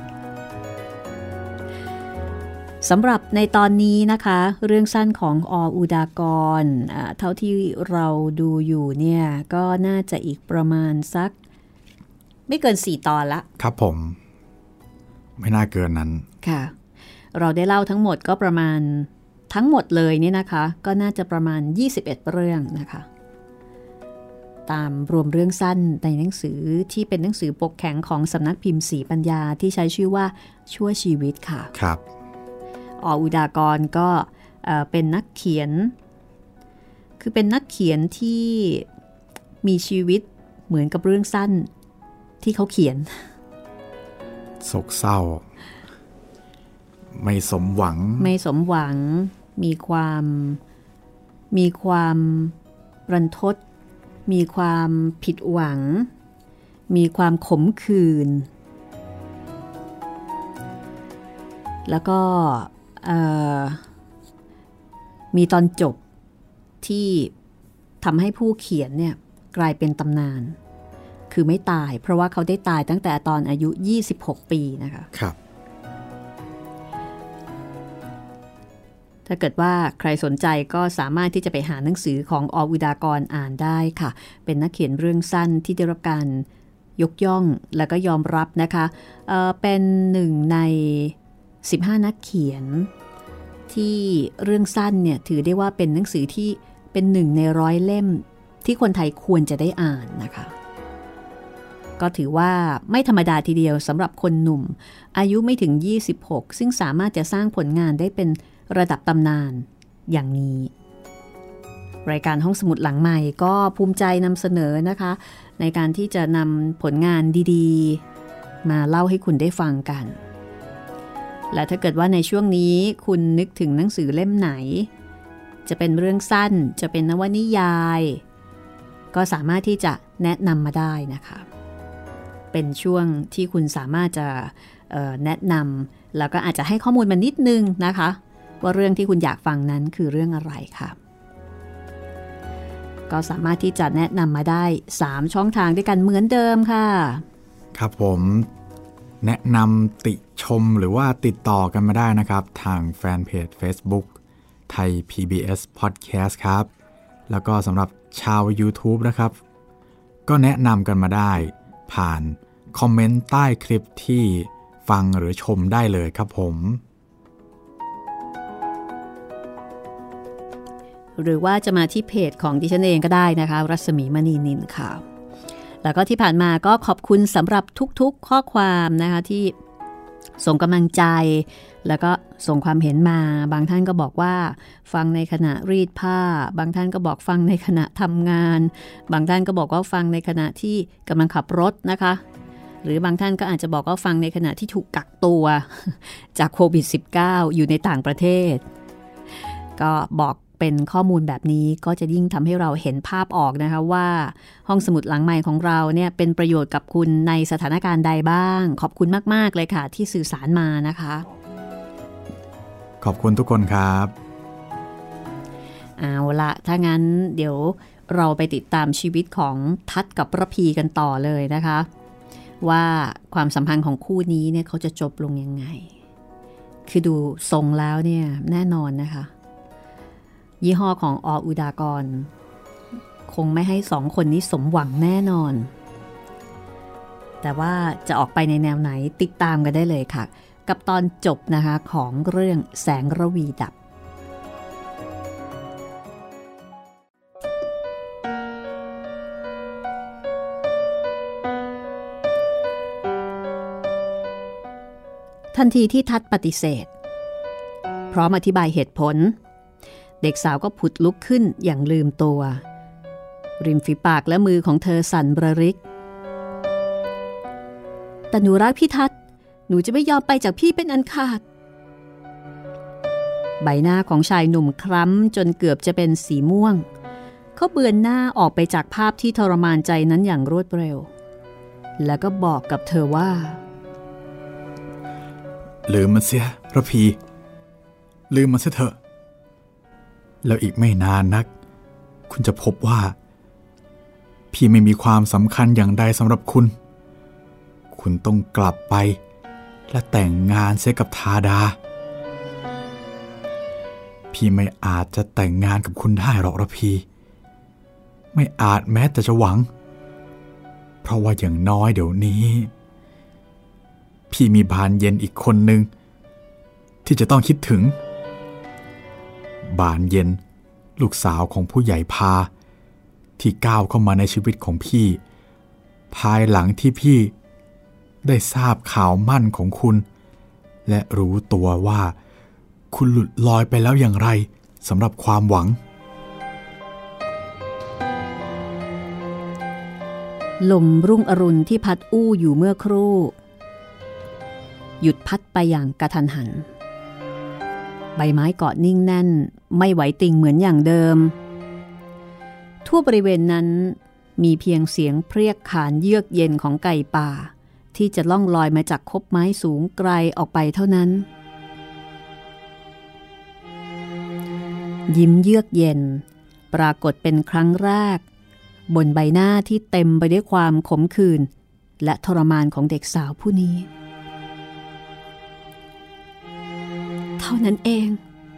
สำหรับในตอนนี้นะคะเรื่องสั้นของอ.อุดากรเท่าที่เราดูอยู่เนี่ยก็น่าจะอีกประมาณสักไม่เกินสี่ตอนละครับผมไม่น่าเกินนั้นค่ะเราได้เล่าทั้งหมดก็ประมาณทั้งหมดเลยเนี่ยนะคะก็น่าจะประมาณยี่สิบเอ็ดเรื่องนะคะตามรวมเรื่องสั้นในหนังสือที่เป็นหนังสือปกแข็งของสำนักพิมพ์ศรีปัญญาที่ใช้ชื่อว่าชั่วชีวิตค่ะครับอ.อุดากรก็เป็นนักเขียนคือเป็นนักเขียนที่มีชีวิตเหมือนกับเรื่องสั้นที่เขาเขียนโศกเศร้าไม่สมหวังไม่สมหวังมีความมีความรันทดมีความผิดหวังมีความขมขื่นแล้วก็มีตอนจบที่ทำให้ผู้เขียนเนี่ยกลายเป็นตำนานคือไม่ตายเพราะว่าเขาได้ตายตั้งแต่ตอนอายุยี่สิบหกปีนะคะครับถ้าเกิดว่าใครสนใจก็สามารถที่จะไปหาหนังสือของอ.อุดากรอ่านได้ค่ะเป็นนักเขียนเรื่องสั้นที่ได้รับการยกย่องและก็ยอมรับนะคะเอ่อเป็นหนึ่งในสิบห้านักเขียนที่เรื่องสั้นเนี่ยถือได้ว่าเป็นหนังสือที่เป็นหนึ่งในร้อยเล่มที่คนไทยควรจะได้อ่านนะคะก็ถือว่าไม่ธรรมดาทีเดียวสำหรับคนหนุ่มอายุไม่ถึงยี่สิบหกซึ่งสามารถจะสร้างผลงานได้เป็นระดับตำนานอย่างนี้รายการห้องสมุดหลังใหม่ก็ภูมิใจนำเสนอนะคะในการที่จะนำผลงานดีๆมาเล่าให้คุณได้ฟังกันและถ้าเกิดว่าในช่วงนี้คุณนึกถึงหนังสือเล่มไหนจะเป็นเรื่องสั้นจะเป็นนวนิยายก็สามารถที่จะแนะนำมาได้นะคะเป็นช่วงที่คุณสามารถจะแนะนำแล้วก็อาจจะให้ข้อมูลมานิดนึงนะคะว่าเรื่องที่คุณอยากฟังนั้นคือเรื่องอะไรค่ะก็สามารถที่จะแนะนำมาได้สามช่องทางด้วยกันเหมือนเดิมค่ะครับผมแนะนำติชมหรือว่าติดต่อกันมาได้นะครับทางแฟนเพจ Facebook ไทย พี บี เอส Podcast ครับแล้วก็สำหรับชาว YouTube นะครับก็แนะนำกันมาได้ผ่านคอมเมนต์ใต้คลิปที่ฟังหรือชมได้เลยครับผมหรือว่าจะมาที่เพจของดิฉันเองก็ได้นะคะรัศมีมณีนินค่ะแล้วก็ที่ผ่านมาก็ขอบคุณสำหรับทุกๆข้อความนะคะที่ส่งกำลังใจแล้วก็ส่งความเห็นมาบางท่านก็บอกว่าฟังในขณะรีดผ้าบางท่านก็บอกฟังในขณะทำงานบางท่านก็บอกว่าฟังในขณะที่กำลังขับรถนะคะหรือบางท่านก็อาจจะบอกว่าฟังในขณะที่ถูกกักตัวจากโควิด สิบเก้า อยู่ในต่างประเทศก็บอกเป็นข้อมูลแบบนี้ก็จะยิ่งทำให้เราเห็นภาพออกนะคะว่าห้องสมุดหลังใหม่ของเราเนี่ยเป็นประโยชน์กับคุณในสถานการณ์ใดบ้างขอบคุณมากๆเลยค่ะที่สื่อสารมานะคะขอบคุณทุกคนครับเอาละถ้างั้นเดี๋ยวเราไปติดตามชีวิตของทัศน์กับระพีกันต่อเลยนะคะว่าความสัมพันธ์ของคู่นี้เนี่ยเขาจะจบลงยังไงคือดูทรงแล้วเนี่ยแน่นอนนะคะยี่ห้อของออุดากรคงไม่ให้สองคนนี้สมหวังแน่นอนแต่ว่าจะออกไปในแนวไหนติดตามกันได้เลยค่ะกับตอนจบนะคะของเรื่องแสงระวีดับทันทีที่ทัดปฏิเสธพร้อมอธิบายเหตุผลเด็กสาวก็ผุดลุกขึ้นอย่างลืมตัวริมฝีปากและมือของเธอสั่นระริกแต่หนูรักพี่ทัดหนูจะไม่ยอมไปจากพี่เป็นอันขาดใบหน้าของชายหนุ่มคล้ำจนเกือบจะเป็นสีม่วงเขาเบือนหน้าออกไปจากภาพที่ทรมานใจนั้นอย่างรวดเร็วแล้วก็บอกกับเธอว่าลืมมันเสียระพีลืมมันเสียเถอะแล้วอีกไม่นานนักคุณจะพบว่าพี่ไม่มีความสำคัญอย่างใดสำหรับคุณคุณต้องกลับไปและแต่งงานเสียกับธาดาพี่ไม่อาจจะแต่งงานกับคุณได้หรอกระพีไม่อาจแม้แต่จะหวังเพราะว่าอย่างน้อยเดี๋ยวนี้พี่มีบานเย็นอีกคนหนึ่งที่จะต้องคิดถึงบานเย็นลูกสาวของผู้ใหญ่พาที่ก้าวเข้ามาในชีวิตของพี่ภายหลังที่พี่ได้ทราบข่าวมั่นของคุณและรู้ตัวว่าคุณหลุดลอยไปแล้วอย่างไรสำหรับความหวังลมรุ่งอรุณที่พัดอู้อยู่เมื่อครู่หยุดพัดไปอย่างกระทันหันใบไม้เกาะนิ่งแน่นไม่ไหวติงเหมือนอย่างเดิมทั่วบริเวณนั้นมีเพียงเสียงเพรียกขานเยือกเย็นของไก่ป่าที่จะล่องลอยมาจากคบไม้สูงไกลออกไปเท่านั้นยิ้มเยือกเย็นปรากฏเป็นครั้งแรกบนใบหน้าที่เต็มไปด้วยความขมขื่นและทรมานของเด็กสาวผู้นี้เท่านั้นเอง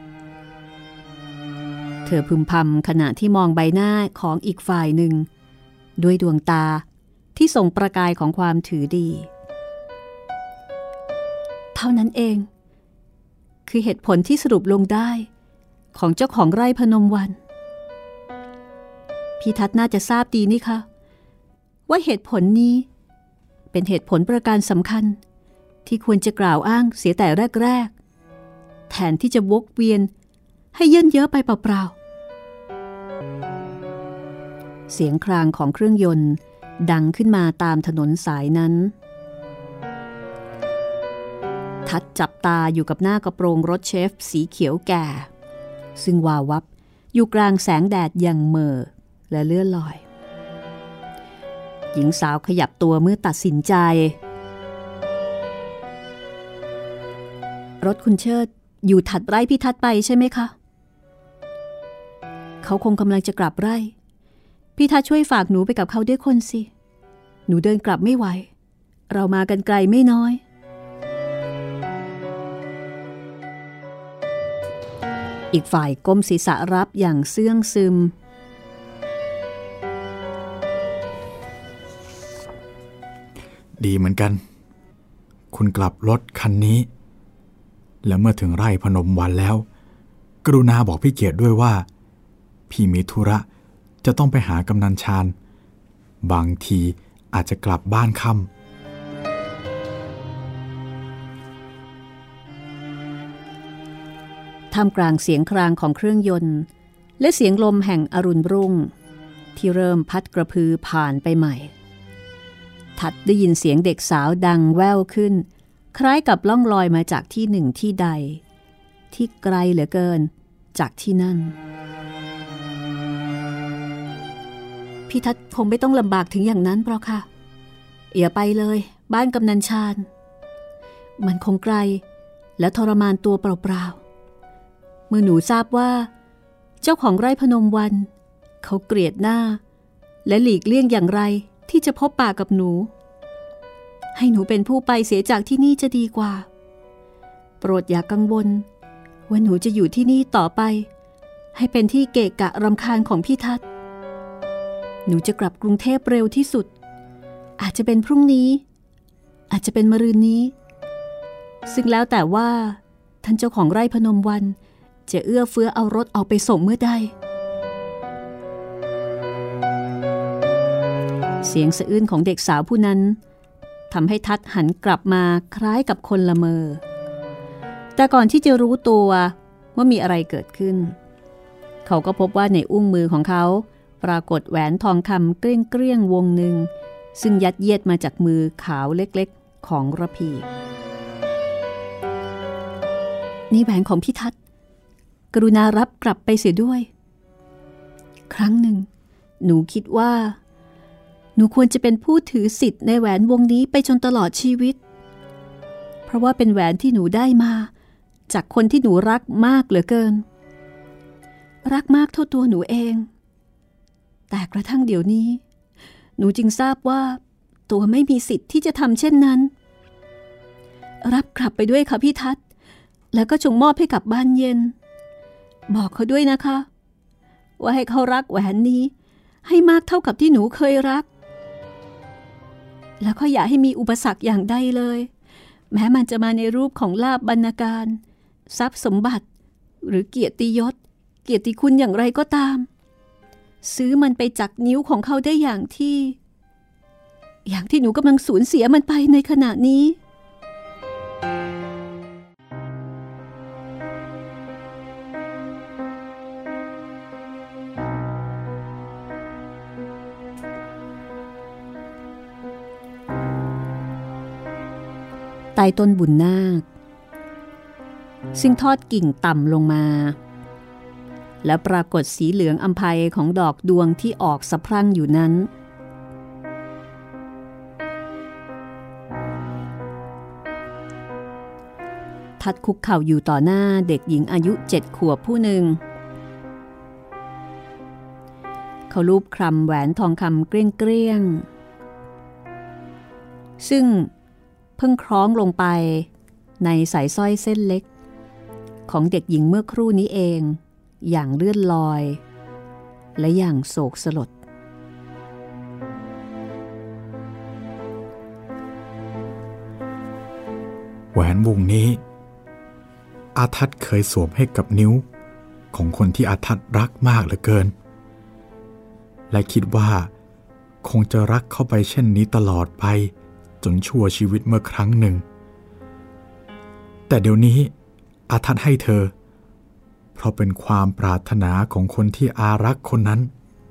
เธอพึมพำขณะที่มองใบหน้าของอีกฝ่ายหนึ่งด้วยดวงตาที่ส่งประกายของความถือดีเท่านั้นเองคือเหตุผลที่สรุปลงได้ของเจ้าของไร่พนมวันพี่ทัศน์น่าจะทราบดีนี่คะว่าเหตุผลนี้เป็นเหตุผลประการสำคัญที่ควรจะกล่าวอ้างเสียแต่แรกๆแทนที่จะวกเวียนให้เยินเย้อไปเปล่าๆเสียงครางของเครื่องยนต์ดังขึ้นมาตามถนนสายนั้นทัดจับตาอยู่กับหน้ากระโปรงรถเชฟสีเขียวแก่ซึ่งวาววับอยู่กลางแสงแดดอย่างเมอและเลื่อนลอยหญิงสาวขยับตัวเมื่อตัดสินใจรถคุณเชิดอยู่ถัดไร่พี่ทัดไปใช่ไหมคะเขาคงกำลังจะกลับไร่พี่ทัดช่วยฝากหนูไปกับเขาด้วยคนสิหนูเดินกลับไม่ไหวเรามากันไกลไม่น้อยอีกฝ่ายก้มศีรษะรับอย่างเสื่องซึมดีเหมือนกันคุณกลับรถคันนี้แล้วเมื่อถึงไร่พนมวันแล้วกรุณาบอกพี่เกียรติด้วยว่าพี่มีธุระจะต้องไปหากำนันชาญบางทีอาจจะกลับบ้านค่ำท่ามกลางเสียงครางของเครื่องยนต์และเสียงลมแห่งอรุณรุ่งที่เริ่มพัดกระพือผ่านไปใหม่ทัดได้ยินเสียงเด็กสาวดังแว่วขึ้นคล้ายกับล่องลอยมาจากที่หนึ่งที่ใดที่ไกลเหลือเกินจากที่นั่นพี่ทัดคงไม่ต้องลำบากถึงอย่างนั้นหรอกค่ะอย่าไปเลยบ้านกำนันชาญมันคงไกลและทรมานตัวเปล่าๆเมื่อหนูทราบว่าเจ้าของไร่พนมวันเขาเกลียดหน้าและหลีกเลี่ยงอย่างไรที่จะพบปากกับหนูให้หนูเป็นผู้ไปเสียจากที่นี่จะดีกว่าโปรดอย่ากังวลว่าหนูจะอยู่ที่นี่ต่อไปให้เป็นที่เกะกะรำคาญของพี่ทัศน์หนูจะกลับกรุงเทพเร็วที่สุดอาจจะเป็นพรุ่งนี้อาจจะเป็นมะรืนนี้ซึ่งแล้วแต่ว่าท่านเจ้าของไร่พนมวันจะเอื้อเฟื้อเอารถออกไปส่งเมื่อใดเสียงสะอื้นของเด็กสาวผู้นั้นทำให้ทัศน์หันกลับมาคล้ายกับคนละเมอแต่ก่อนที่จะรู้ตัวว่ามีอะไรเกิดขึ้นเขาก็พบว่าในอุ้งมือของเขาปรากฏแหวนทองคำเกลี้ยงเกลี้ยงวงหนึ่งซึ่งยัดเยียดมาจากมือขาวเล็กๆของระพีนี่แหวนของพี่ทัศน์กรุณารับกลับไปเสียด้วยครั้งหนึ่งหนูคิดว่าหนูควรจะเป็นผู้ถือสิทธิ์ในแหวนวงนี้ไปจนตลอดชีวิตเพราะว่าเป็นแหวนที่หนูได้มาจากคนที่หนูรักมากเหลือเกินรักมากเท่าตัวหนูเองแต่กระทั่งเดี๋ยวนี้หนูจึงทราบว่าตัวไม่มีสิทธิ์ที่จะทำเช่นนั้นรับกลับไปด้วยค่ะพี่ทัศน์แล้วก็จงมอบให้กับบ้านเย็นบอกเขาด้วยนะคะว่าให้เขารักแหวนนี้ให้มากเท่ากับที่หนูเคยรักแล้วก็อย่าให้มีอุปสรรคอย่างใดเลยแม้มันจะมาในรูปของลาภบรรณาการทรัพย์สมบัติหรือเกียรติยศเกียรติคุณอย่างไรก็ตามซื้อมันไปจากนิ้วของเขาได้อย่างที่อย่างที่หนูกำลังสูญเสียมันไปในขณะนี้ใต้ต้นบุญนาคซึ่งทอดกิ่งต่ำลงมาและปรากฏสีเหลืองอำไพของดอกดวงที่ออกสะพรั่งอยู่นั้นทัดคุกเข่าอยู่ต่อหน้าเด็กหญิงอายุเจ็ดขวบผู้หนึ่งเขาลูบคลำแหวนทองคำเกลี้ยงๆซึ่งเพิ่งคล้องลงไปในสายสร้อยเส้นเล็กของเด็กหญิงเมื่อครู่นี้เองอย่างเลื่อนลอยและอย่างโศกสลดแหวนวงนี้อาทัศน์เคยสวมให้กับนิ้วของคนที่อาทัศน์รักมากเหลือเกินและคิดว่าคงจะรักเข้าไปเช่นนี้ตลอดไปจนชั่วชีวิตเมื่อครั้งหนึ่งแต่เดี๋ยวนี้อาทัศน์ให้เธอเพราะเป็นความปรารถนาของคนที่อารักคนนั้น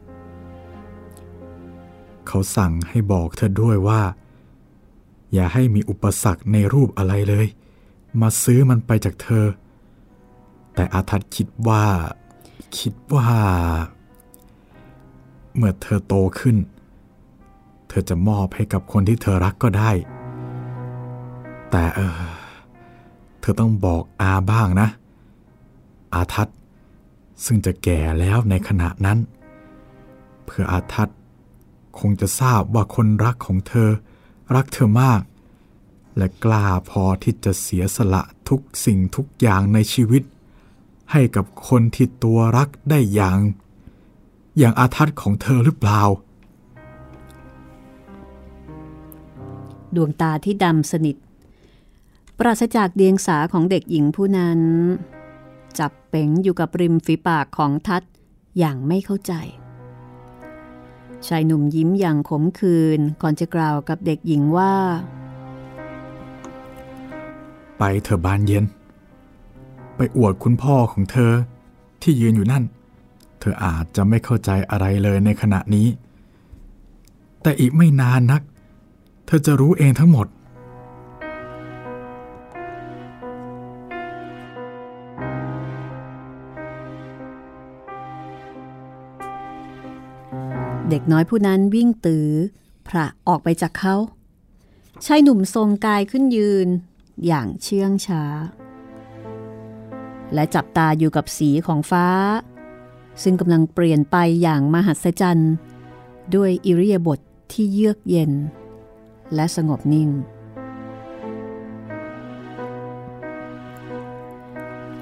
เขาสั่งให้บอกเธอด้วยว่าอย่าให้มีอุปสรรคในรูปอะไรเลยมาซื้อมันไปจากเธอแต่อาทัศน์คิดว่าคิดว่าเมื่อเธอโตขึ้นเธอจะมอบให้กับคนที่เธอรักก็ได้แต่เออเธอต้องบอกอาบ้างนะอาทัศน์ซึ่งจะแก่แล้วในขณะนั้นเพื่ออาทัศน์คงจะทราบว่าคนรักของเธอรักเธอมากและกล้าพอที่จะเสียสละทุกสิ่งทุกอย่างในชีวิตให้กับคนที่ตัวรักได้อย่างอย่างอาทัศน์ของเธอหรือเปล่าดวงตาที่ดำสนิทปราศจากเดียงสาของเด็กหญิงผู้นั้นจับเป๋งอยู่กับริมฝีปากของทัศน์อย่างไม่เข้าใจชายหนุ่มยิ้มอย่างขมขื่นก่อนจะกล่าวกับเด็กหญิงว่าไปเธอบานเย็นไปอวดคุณพ่อของเธอที่ยืนอยู่นั่นเธออาจจะไม่เข้าใจอะไรเลยในขณะนี้แต่อีกไม่นานนักเธอจะรู้เองทั้งหมดเด็กน้อยผู้นั้นวิ่งตือพระออกไปจากเขาชายหนุ่มทรงกายขึ้นยืนอย่างเชื่องช้าและจับตาอยู่กับสีของฟ้าซึ่งกำลังเปลี่ยนไปอย่างมหัศจรรย์ด้วยอิริยาบถที่เยือกเย็นและสงบนิ่ง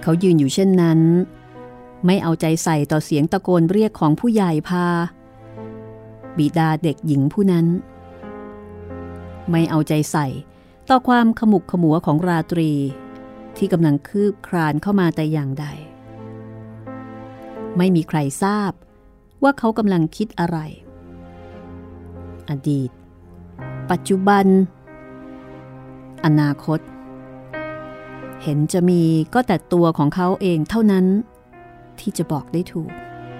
เขายืนอยู่เช่นนั้นไม่เอาใจใส่ต่อเสียงตะโกนเรียกของผู้ใหญ่พาบิดาเด็กหญิงผู้นั้นไม่เอาใจใส่ต่อความขมุกขมัวของราตรีที่กำลังคืบคลานเข้ามาแต่อย่างใดไม่มีใครทราบว่าเขากำลังคิดอะไรอดีตปัจจุบันอนาคตเห็นจะมีก็แต่ตัวของเขาเองเท่านั้นที่จะบอกได้ถูก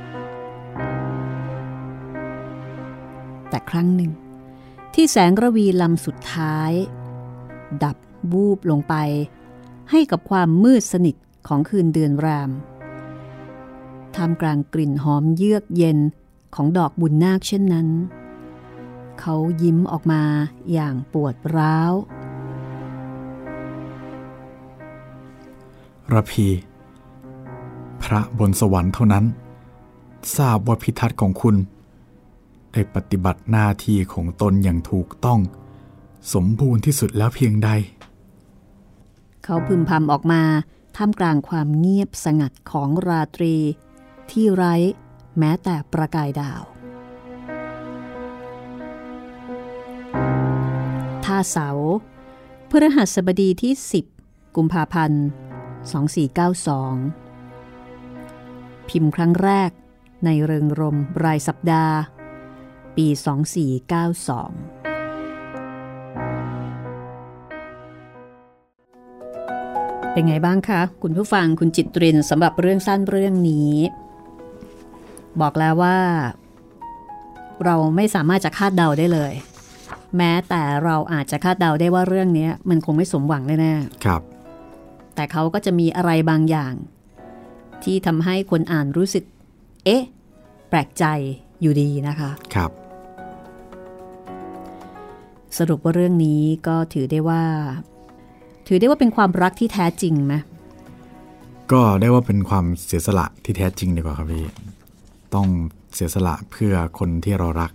แต่ครั้งหนึ่งที่แสงระวีลำสุดท้ายดับวูบลงไปให้กับความมืดสนิทของคืนเดือนรามท่ามกลางกลิ่นหอมเยือกเย็นของดอกบุญนาคเช่นนั้นเขายิ้มออกมาอย่างปวดร้าวระพีพระบนสวรรค์เท่านั้นทราบว่าพิทัศน์ของคุณได้ปฏิบัติหน้าที่ของตนอย่างถูกต้องสมบูรณ์ที่สุดแล้วเพียงใดเขาพึมพำออกมาท่ามกลางความเงียบสงัดของราตรีที่ไร้แม้แต่ประกายดาวท่าเสาพฤหัสบดีที่สิบกุมภาพันธ์สองพันสี่ร้อยเก้าสิบสองพิมพ์ครั้งแรกในเริงรมย์รายสัปดาห์ปีสองพันสี่ร้อยเก้าสิบสองเป็นไงบ้างคะคุณผู้ฟังคุณจิตรินสำหรับเรื่องสั้นเรื่องนี้บอกแล้วว่าเราไม่สามารถจะคาดเดาได้เลยแม้แต่เราอาจจะคาดเดาได้ว่าเรื่องนี้มันคงไม่สมหวังแน่ๆครับแต่เขาก็จะมีอะไรบางอย่างที่ทำให้คนอ่านรู้สึกเอ๊ะแปลกใจอยู่ดีนะคะครับสรุปว่าเรื่องนี้ก็ถือได้ว่าถือได้ว่าเป็นความรักที่แท้จริงไหมก็ได้ว่าเป็นความเสียสละที่แท้จริงดีกว่าครับพี่ต้องเสียสละเพื่อคนที่เรารัก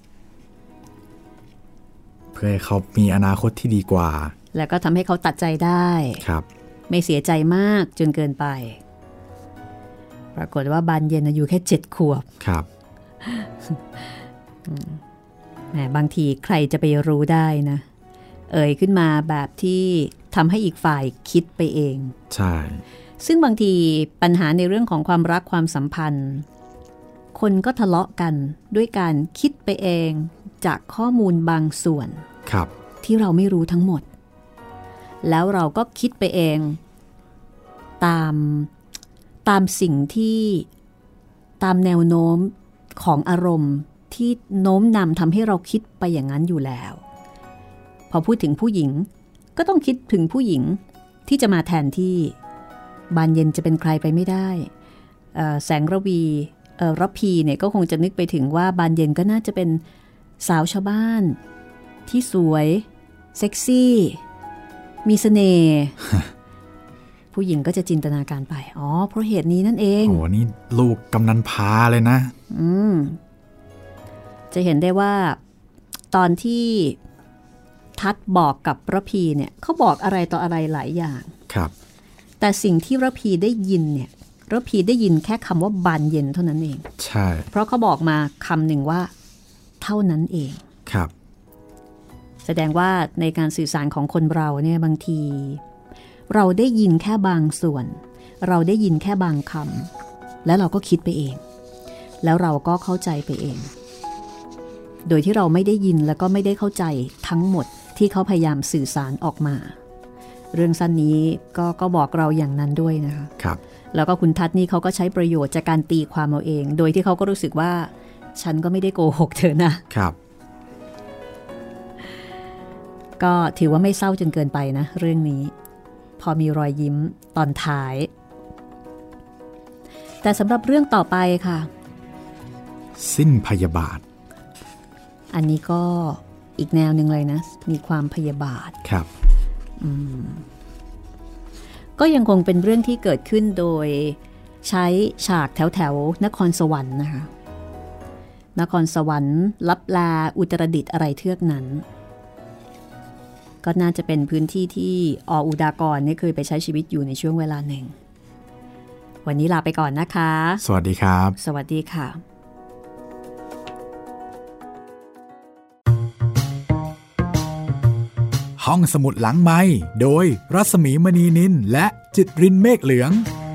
เพื่อให้เขามีอนาคตที่ดีกว่าแล้วก็ทำให้เขาตัดใจได้ครับไม่เสียใจมากจนเกินไปปรากฏว่าบานเย็นอายุแค่เจ็ดขวบครับแหมบางทีใครจะไปรู้ได้นะเอ่ยขึ้นมาแบบที่ทำให้อีกฝ่ายคิดไปเองใช่ซึ่งบางทีปัญหาในเรื่องของความรักความสัมพันธ์คนก็ทะเลาะกันด้วยการคิดไปเองจากข้อมูลบางส่วนครับที่เราไม่รู้ทั้งหมดแล้วเราก็คิดไปเองตามตามสิ่งที่ตามแนวโน้มของอารมณ์ที่โน้มนำทำให้เราคิดไปอย่างนั้นอยู่แล้วพอพูดถึงผู้หญิงก็ต้องคิดถึงผู้หญิงที่จะมาแทนที่บานเย็นจะเป็นใครไปไม่ได้แสงระวีระพีเนี่ยก็คงจะนึกไปถึงว่าบานเย็นก็น่าจะเป็นสาวชาวบ้านที่สวยเซ็กซี่มีเสน่ห์ ผู้หญิงก็จะจินตนาการไปอ๋อเพราะเหตุนี้นั่นเองโอ้นี่ลูกกำนันพาเลยนะอืมจะเห็นได้ว่าตอนที่ทัดบอกกับระพีเนี่ยเขาบอกอะไรต่ออะไรหลายอย่างครับแต่สิ่งที่ระพีได้ยินเนี่ยระพีได้ยินแค่คำว่าบานเย็นเท่านั้นเองใช่เพราะเขาบอกมาคำหนึ่งว่าเท่านั้นเองครับแสดงว่าในการสื่อสารของคนเราเนี่ยบางทีเราได้ยินแค่บางส่วนเราได้ยินแค่บางคำแล้วเราก็คิดไปเองแล้วเราก็เข้าใจไปเองโดยที่เราไม่ได้ยินแล้วก็ไม่ได้เข้าใจทั้งหมดที่เขาพยายามสื่อสารออกมาเรื่องสั้นนี้ก็ก็บอกเราอย่างนั้นด้วยนะคะครับแล้วก็คุณทัศน์นี่เขาก็ใช้ประโยชน์จากการตีความเอาเองโดยที่เขาก็รู้สึกว่าฉันก็ไม่ได้โกหกเธอนะครับก็ถือว่าไม่เศร้าจนเกินไปนะเรื่องนี้พอมีรอยยิ้มตอนท้ายแต่สำหรับเรื่องต่อไปค่ะสิ้นพยาบาทอันนี้ก็อีกแนวหนึ่งเลยนะมีความพยาบาทครับอืมก็ยังคงเป็นเรื่องที่เกิดขึ้นโดยใช้ฉากแถวแถวนครสวรรค์นะคะนครสวรรค์ลับลาอุตรดิตถ์อะไรเทือกนั้นก็น่าจะเป็นพื้นที่ที่ออุดากรเนี่ยเคยไปใช้ชีวิตอยู่ในช่วงเวลาหนึ่งวันนี้ลาไปก่อนนะคะสวัสดีครับสวัสดีค่ะห้องสมุดหลังไมค์โดยรัศมีมณีนินและจิตรินเมฆเหลือง